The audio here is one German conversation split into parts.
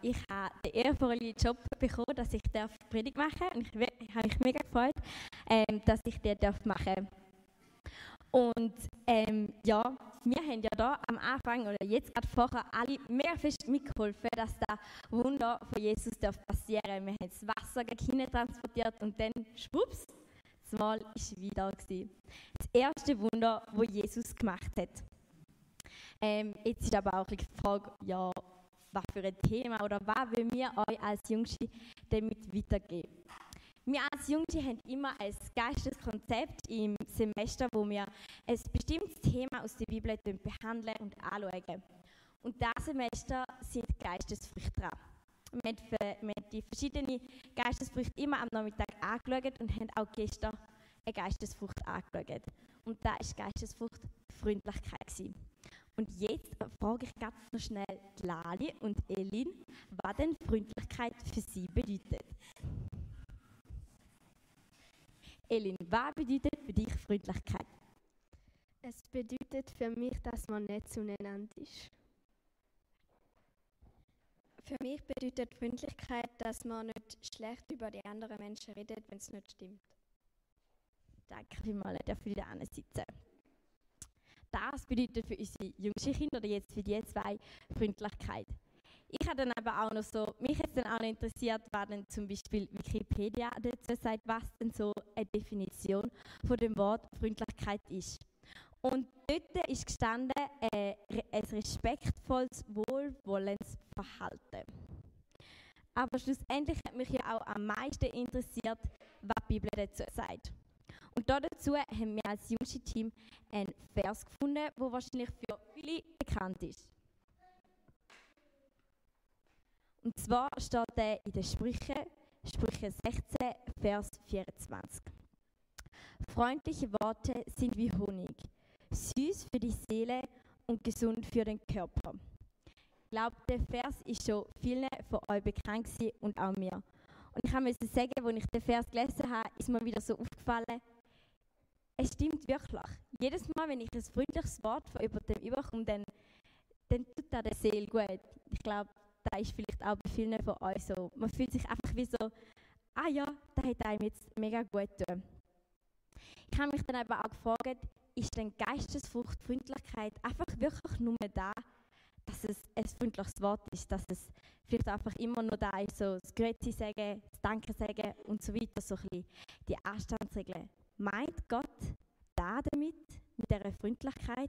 Ich habe den ehrenvollen Job bekommen, dass ich Predigt machen darf. Und ich habe mich mega gefreut, dass ich den machen darf. Und ja, wir haben ja da am Anfang oder jetzt gerade vorher alle mega fest mitgeholfen, dass das Wunder von Jesus passieren darf. Wir haben das Wasser gegen transportiert und dann, schwupps, das Mal war wieder. Das erste Wunder, das Jesus gemacht hat. Jetzt ist aber auch die Frage, ja, was für ein Thema oder was wollen wir euch als Jungschi damit weitergeben? Wir als Jungschi haben immer ein Geisteskonzept im Semester, wo wir ein bestimmtes Thema aus der Bibel behandeln und anschauen. Und dieses Semester sind Geistesfrüchte dran. Wir haben die verschiedenen Geistesfrüchte immer am Nachmittag angeschaut und haben auch gestern eine Geistesfrucht angeschaut. Und da war die Geistesfrucht Freundlichkeit. Und jetzt frage ich ganz noch schnell Lali und Elin, was denn Freundlichkeit für sie bedeutet. Elin, was bedeutet für dich Freundlichkeit? Es bedeutet für mich, dass man nett zueinander ist. Für mich bedeutet Freundlichkeit, dass man nicht schlecht über die anderen Menschen redet, wenn es nicht stimmt. Danke vielmals, ich darf wieder sitzen. Das bedeutet für unsere jüngsten Kinder oder jetzt für die zwei Freundlichkeit. Ich habe dann aber auch noch so, mich hat dann auch noch interessiert, was denn zum Beispiel Wikipedia dazu sagt, was denn so eine Definition von dem Wort Freundlichkeit ist. Und dort ist gestanden, ein respektvolles, wohlwollendes Verhalten. Aber schlussendlich hat mich ja auch am meisten interessiert, was die Bibel dazu sagt. Und dazu haben wir als Jungschi-Team einen Vers gefunden, der wahrscheinlich für viele bekannt ist. Und zwar steht er in den Sprüche 16, Vers 24. Freundliche Worte sind wie Honig, süß für die Seele und gesund für den Körper. Ich glaube, der Vers ist schon vielen von euch bekannt und auch mir. Und ich musste sagen, als ich den Vers gelesen habe, ist mir wieder so aufgefallen, es stimmt wirklich. Jedes Mal, wenn ich ein freundliches Wort von jemandem überkomme, dann tut das der Seele gut. Ich glaube, das ist vielleicht auch bei vielen von euch so. Man fühlt sich einfach wie so, ah ja, das hat einem jetzt mega gut getan. Ich habe mich dann aber auch gefragt, ist denn Geistesfrucht, Freundlichkeit einfach wirklich nur da, dass es ein freundliches Wort ist, dass es vielleicht einfach immer nur da ist, so das Grüezi sagen, das Danke sagen und so weiter, so ein bisschen die Anstandsregeln. Meint Gott da damit, mit dieser Freundlichkeit?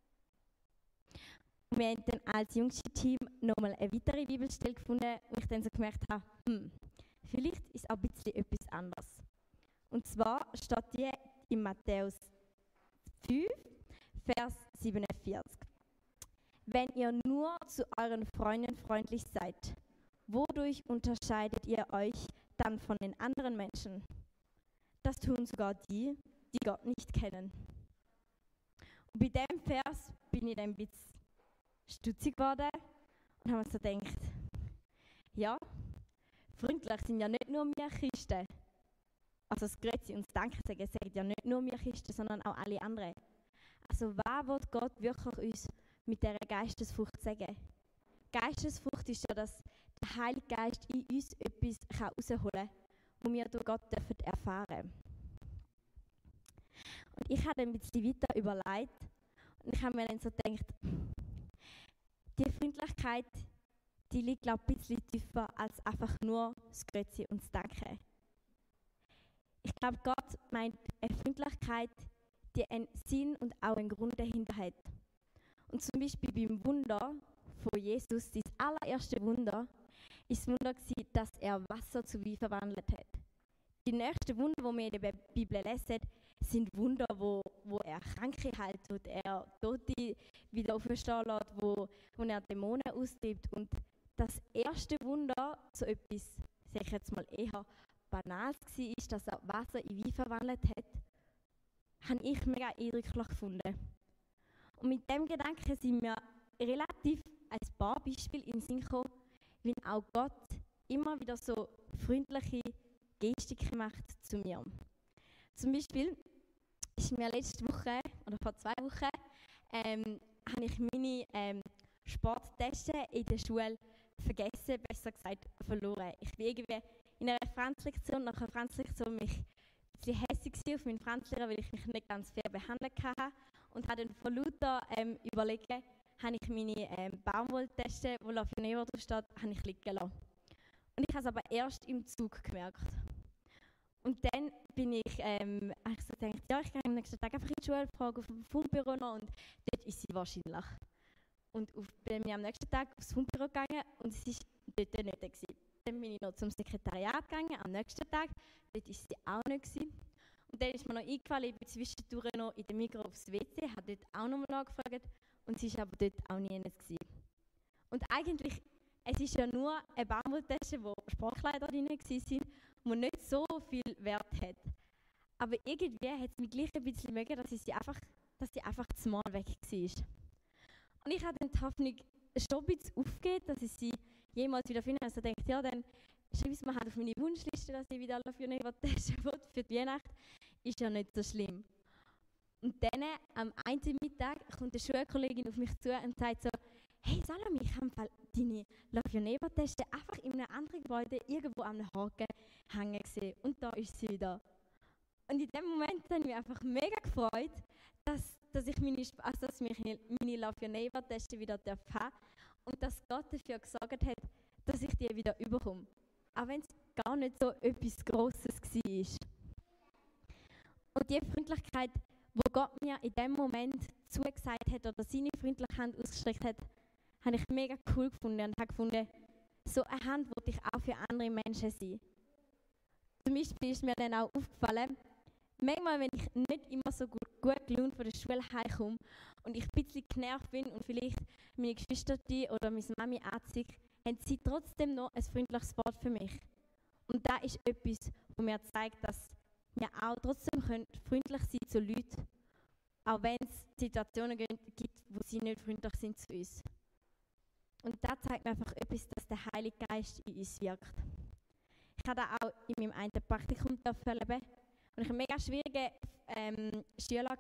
Und wir haben dann als Jungschi-Team nochmal eine weitere Bibelstelle gefunden, wo ich dann so gemerkt habe, vielleicht ist auch ein bisschen etwas anderes. Und zwar steht die in Matthäus 5, Vers 47. Wenn ihr nur zu euren Freunden freundlich seid, wodurch unterscheidet ihr euch dann von den anderen Menschen? Das tun sogar die, die Gott nicht kennen. Und bei diesem Vers bin ich dann ein bisschen stutzig geworden und habe mir so gedacht, ja, freundlich sind ja nicht nur wir Christen. Also das Grüezi und das Danke sagen ja nicht nur wir Christen, sondern auch alle anderen. Also was will Gott wirklich uns mit dieser Geistesfrucht sagen? Geistesfrucht ist ja, dass der Heilige Geist in uns etwas herausholen kann, wo wir durch Gott erfahren dürfen. Und ich habe ein bisschen weiter überlegt und ich habe mir dann so gedacht, die Freundlichkeit, die liegt, glaube ich, ein bisschen tiefer als einfach nur das Grüezi und das Danke. Ich glaube, Gott meint eine Freundlichkeit, die einen Sinn und auch einen Grund dahinter hat. Und zum Beispiel beim Wunder von Jesus, das allererste Wunder, war das Wunder, dass er Wasser zu Wein verwandelt hat. Die nächsten Wunder, die wir in der Bibel lesen, sind Wunder, wo er Kranke heilt, wo er Tote wieder auferstehen lässt, wo er Dämonen austreibt. Und das erste Wunder, so etwas, sage ich jetzt mal eher Banales war, dass er Wasser in Wein verwandelt hat, habe ich mega eindrücklich gefunden. Und mit dem Gedanken sind mir relativ ein paar Beispiele in den Sinn gekommen, wie auch Gott immer wieder so freundliche Gestiken macht zu mir. Zum Beispiel ist mir letzte Woche, oder vor 2 Wochen, habe ich meine Sporttasche in der Schule vergessen, besser gesagt verloren. Ich bin irgendwie in einer Franzlektion, nach einer Franzlektion mich ein bisschen hässlich auf meinen Franzlehrer, weil ich mich nicht ganz fair behandelt habe und habe dann von lauter überlegen, habe ich meine Baumwolltasche, wo La Fioneva drauf steht, habe ich liegen lassen. Und ich habe es aber erst im Zug gemerkt. Und dann bin ich, habe ich so gedacht, ja, ich gehe am nächsten Tag einfach in die Schule, frage auf dem Fundbüro noch und dort ist sie wahrscheinlich. Und bin ich am nächsten Tag aufs Fundbüro gegangen und es war dort nicht gewesen. Dann bin ich noch zum Sekretariat gegangen, am nächsten Tag, dort war sie auch nicht gewesen. Und dann ist mir noch eingefallen, ich bin zwischendurch noch in der Migros aufs WC, habe dort auch noch mal angefragt und sie war aber dort auch nie gewesen. Und eigentlich, es ist ja nur eine Baumwolltasche, wo Sportkleider drin waren, die nicht so viel Wert hat. Aber irgendwie hat es mich gleich ein bisschen mögen, dass sie einfach zumal weg war. Und ich habe dann die Hoffnung schon ein bisschen aufgegeben, dass ich sie jemals wieder finde. Also denkt, ja, dann schreibe ich es mir halt auf meine Wunschliste, dass ich wieder für eine Tasche für die Weihnacht. Ist ja nicht so schlimm. Und dann, am einen Mittag, kommt eine Schulkollegin auf mich zu und sagt so, hey Salome, ich habe deine La Fioneva-Tasche einfach in einem anderen Gebäude irgendwo am Haken hängen gesehen. Und da ist sie wieder. Und in dem Moment habe ich mich einfach mega gefreut, dass ich meine La Fioneva-Tasche wieder haben darf und dass Gott dafür gesorgt hat, dass ich die wieder überkomme. Auch wenn es gar nicht so etwas Grosses war. Und die Freundlichkeit, die Gott mir in dem Moment zugesagt hat oder seine freundliche Hand ausgestreckt hat, habe ich mega cool gefunden und habe gefunden, so eine Hand wollte ich auch für andere Menschen sein. Zum Beispiel ist mir dann auch aufgefallen, manchmal, wenn ich nicht immer so gut gelaunt von der Schule heimkomme und ich ein bisschen genervt bin und vielleicht meine Geschwister oder meine Mami anzieht, haben sie trotzdem noch ein freundliches Wort für mich. Und das ist etwas, das mir zeigt, dass wir auch trotzdem freundlich sein können zu Leuten, auch wenn es Situationen gibt, wo sie nicht freundlich sind zu uns. Und das zeigt mir einfach etwas, dass der Heilige Geist in uns wirkt. Ich habe das auch in meinem einen Praktikum erleben. Und ich hatte mega schwierige Schüler,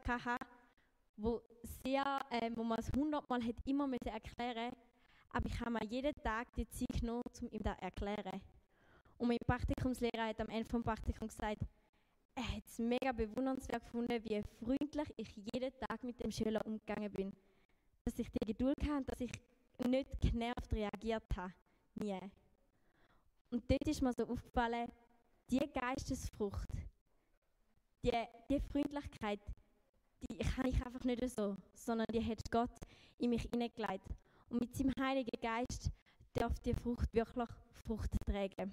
wo man es 100-mal immer erklären musste. Aber ich habe mir jeden Tag die Zeit genommen, um ihm das zu erklären. Und mein Praktikumslehrer hat am Ende des Praktikums gesagt, er hat es mega bewundernswert gefunden, wie freundlich ich jeden Tag mit dem Schüler umgegangen bin. Dass ich die Geduld hatte und dass ich nicht genervt reagiert habe. Nie. Und dort ist mir so aufgefallen, die Geistesfrucht, die Freundlichkeit, die kann ich einfach nicht so, sondern die hat Gott in mich hineingelegt. Und mit seinem Heiligen Geist darf die Frucht wirklich Frucht tragen.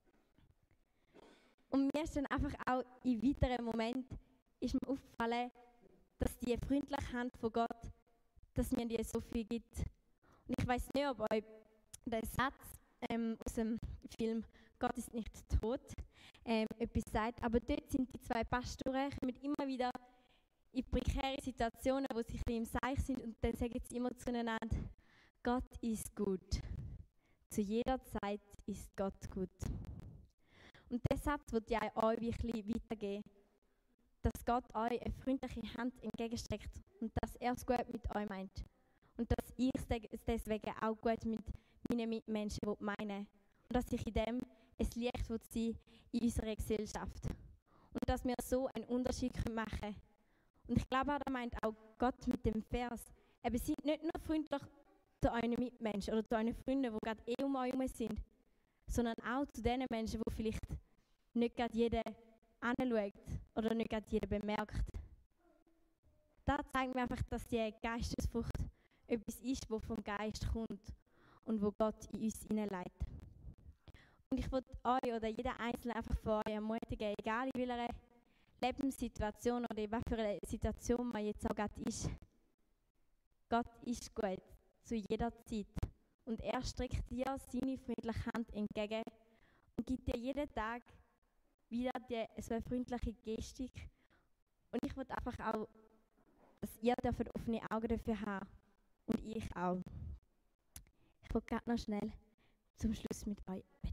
Und mir ist dann einfach auch in weiteren Momenten ist mir aufgefallen, dass die freundliche Hand von Gott, dass mir die so viel gibt. Und ich weiß nicht, ob euch der Satz aus dem Film «Gott ist nicht tot» etwas sagt, aber dort sind die zwei Pastoren, kommen immer wieder in prekäre Situationen, wo sie ein bisschen im Seich sind und dann sagen sie immer zueinander, Gott ist gut. Zu jeder Zeit ist Gott gut. Und der Satz wird ja euch wirklich weitergeben, dass Gott euch eine freundliche Hand entgegenstreckt und dass er es gut mit euch meint. Und dass ich es deswegen auch gut mit meinen Mitmenschen meine. Und dass ich in dem ein Licht sein in unserer Gesellschaft. Und dass wir so einen Unterschied machen können. Und ich glaube, da meint auch Gott mit dem Vers, eben seid nicht nur freundlich zu euren Mitmenschen oder zu euren Freunden, die gerade um euch herum sind, sondern auch zu den Menschen, die vielleicht nicht gerade jeder anschaut oder nicht gerade jeder bemerkt. Da zeigt mir einfach, dass die Geistesfrucht etwas ist, das vom Geist kommt und wo Gott in uns hineinleitet. Und ich will euch oder jeder Einzelne einfach von euch ermutigen, egal in welcher Lebenssituation oder in welcher Situation man jetzt auch gerade ist. Gott ist gut zu jeder Zeit und er streckt dir seine freundliche Hand entgegen und gibt dir jeden Tag wieder so eine freundliche Gestik. Und ich will einfach auch, dass ihr offene Augen dafür habt und ich auch. Ich will gerade noch schnell zum Schluss mit euch beten.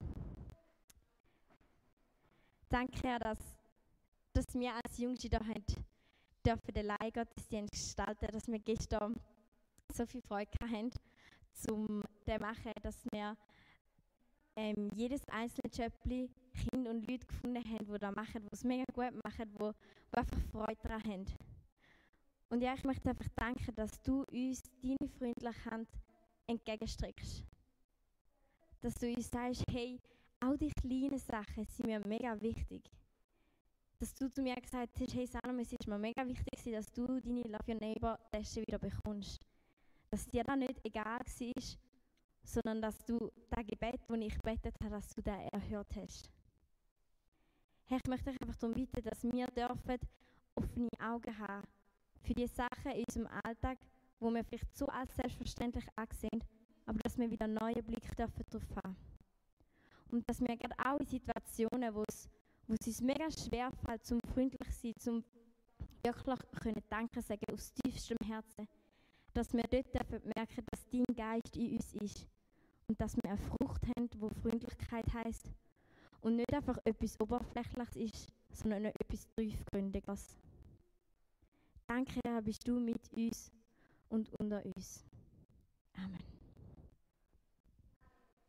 Danke, Herr, dass wir als Jungste da dürfen den Leihgottesdienst gestalten, dass wir gestern so viel Freude hatten, um den machen, dass wir jedes einzelne Schöppli Kinder und Leute gefunden haben, die das machen, die es mega gut machen, die einfach Freude daran haben. Und ja, ich möchte einfach danken, dass du uns deine freundliche Hand entgegenstreckst. Dass du uns sagst, hey, auch die kleinen Sachen sind mir mega wichtig. Dass du zu mir gesagt hast, hey Salome, es ist mir mega wichtig, dass du deine Love Your Neighbor Tasche wieder bekommst. Dass dir das nicht egal war, sondern dass du das Gebet, das ich gebetet habe, dass du das erhört hast. Herr, ich möchte dich einfach darum bitten, dass wir dürfen offene Augen haben für die Sachen in unserem Alltag, wo wir vielleicht so als selbstverständlich ansehen, aber dass wir wieder einen neuen Blick dürfen drauf haben. Und dass wir gerade auch in Situationen, wo es uns mega schwer fällt, zum freundlich zu sein, zum wirklich können Danke sagen aus tiefstem Herzen, dass wir dort dürfen merken, dass dein Geist in uns ist und dass wir eine Frucht haben, die Freundlichkeit heisst und nicht einfach etwas Oberflächliches ist, sondern etwas Tiefgründiges. Danke, Herr, bist du mit uns und unter uns. Amen.